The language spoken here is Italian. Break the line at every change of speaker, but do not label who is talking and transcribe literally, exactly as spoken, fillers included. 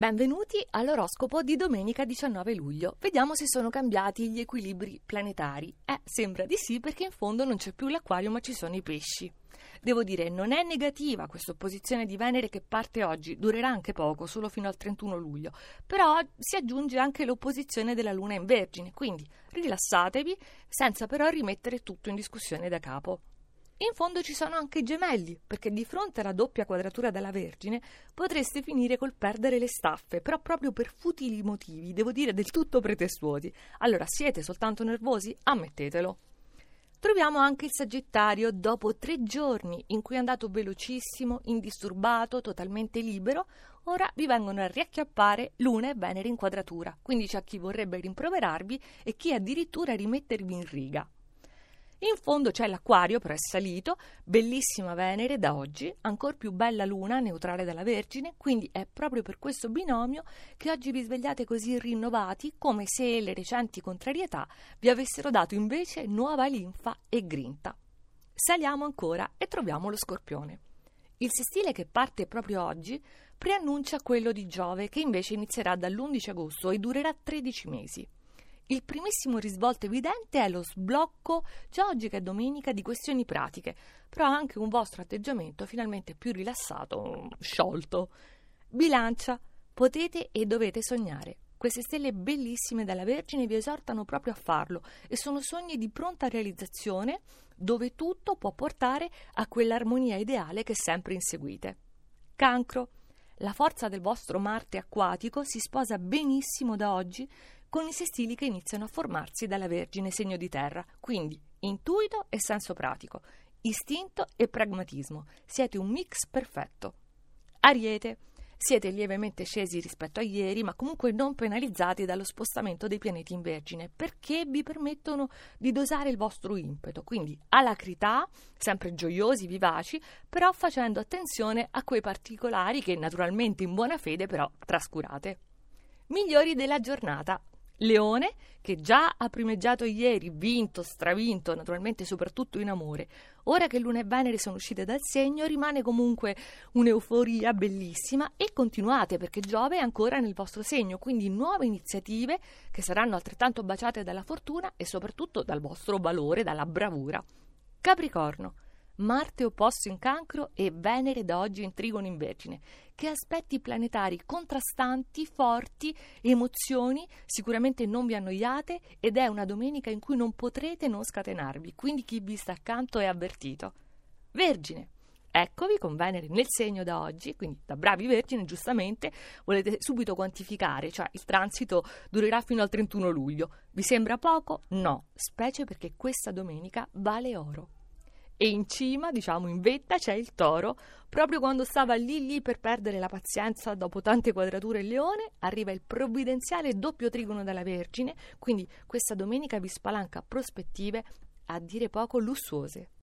Benvenuti all'oroscopo di domenica diciannove luglio. Vediamo se sono cambiati gli equilibri planetari. Eh, sembra di sì, perché in fondo non c'è più l'Acquario ma ci sono i pesci. Devo dire, non è negativa questa opposizione di Venere che parte oggi, durerà anche poco, solo fino al trentuno luglio, però si aggiunge anche l'opposizione della Luna in Vergine, quindi rilassatevi senza però rimettere tutto in discussione da capo. In fondo ci sono anche i gemelli, perché di fronte alla doppia quadratura della Vergine potreste finire col perdere le staffe, però proprio per futili motivi, devo dire del tutto pretestuosi. Allora, siete soltanto nervosi? Ammettetelo. Troviamo anche il Sagittario, dopo tre giorni in cui è andato velocissimo, indisturbato, totalmente libero, ora vi vengono a riacchiappare Luna e Venere in quadratura, quindi c'è chi vorrebbe rimproverarvi e chi addirittura rimettervi in riga. In fondo c'è l'Acquario, però è salito, bellissima Venere da oggi, ancor più bella Luna, neutrale dalla Vergine, quindi è proprio per questo binomio che oggi vi svegliate così rinnovati, come se le recenti contrarietà vi avessero dato invece nuova linfa e grinta. Saliamo ancora e troviamo lo Scorpione. Il sestile che parte proprio oggi preannuncia quello di Giove, che invece inizierà dall'undici agosto e durerà tredici mesi. Il primissimo risvolto evidente è lo sblocco, già oggi che è domenica, di questioni pratiche, però anche un vostro atteggiamento finalmente più rilassato, sciolto. Bilancia, potete e dovete sognare. Queste stelle bellissime dalla Vergine vi esortano proprio a farlo e sono sogni di pronta realizzazione dove tutto può portare a quell'armonia ideale che sempre inseguite. Cancro, la forza del vostro Marte acquatico si sposa benissimo da oggi con i sestili che iniziano a formarsi dalla Vergine segno di terra, quindi intuito e senso pratico, istinto e pragmatismo, siete un mix perfetto. Ariete, siete lievemente scesi rispetto a ieri, ma comunque non penalizzati dallo spostamento dei pianeti in Vergine, perché vi permettono di dosare il vostro impeto, quindi alacrità, sempre gioiosi, vivaci, però facendo attenzione a quei particolari che naturalmente in buona fede però trascurate. Migliori della giornata. Leone, che già ha primeggiato ieri, vinto, stravinto, naturalmente soprattutto in amore. Ora che Luna e Venere sono uscite dal segno, rimane comunque un'euforia bellissima e continuate perché Giove è ancora nel vostro segno, quindi nuove iniziative che saranno altrettanto baciate dalla fortuna e soprattutto dal vostro valore, dalla bravura. Capricorno. Marte opposto in Cancro e Venere da oggi in Trigono in Vergine. Che aspetti planetari contrastanti, forti, emozioni, sicuramente non vi annoiate ed è una domenica in cui non potrete non scatenarvi, quindi chi vi sta accanto è avvertito. Vergine. Eccovi con Venere nel segno da oggi, quindi da bravi Vergine giustamente volete subito quantificare, cioè il transito durerà fino al trentuno luglio. Vi sembra poco? No, specie perché questa domenica vale oro. E in cima, diciamo in vetta, c'è il Toro. Proprio quando stava lì lì per perdere la pazienza dopo tante quadrature il Leone, arriva il provvidenziale doppio trigono della Vergine, quindi questa domenica vi spalanca prospettive a dire poco lussuose.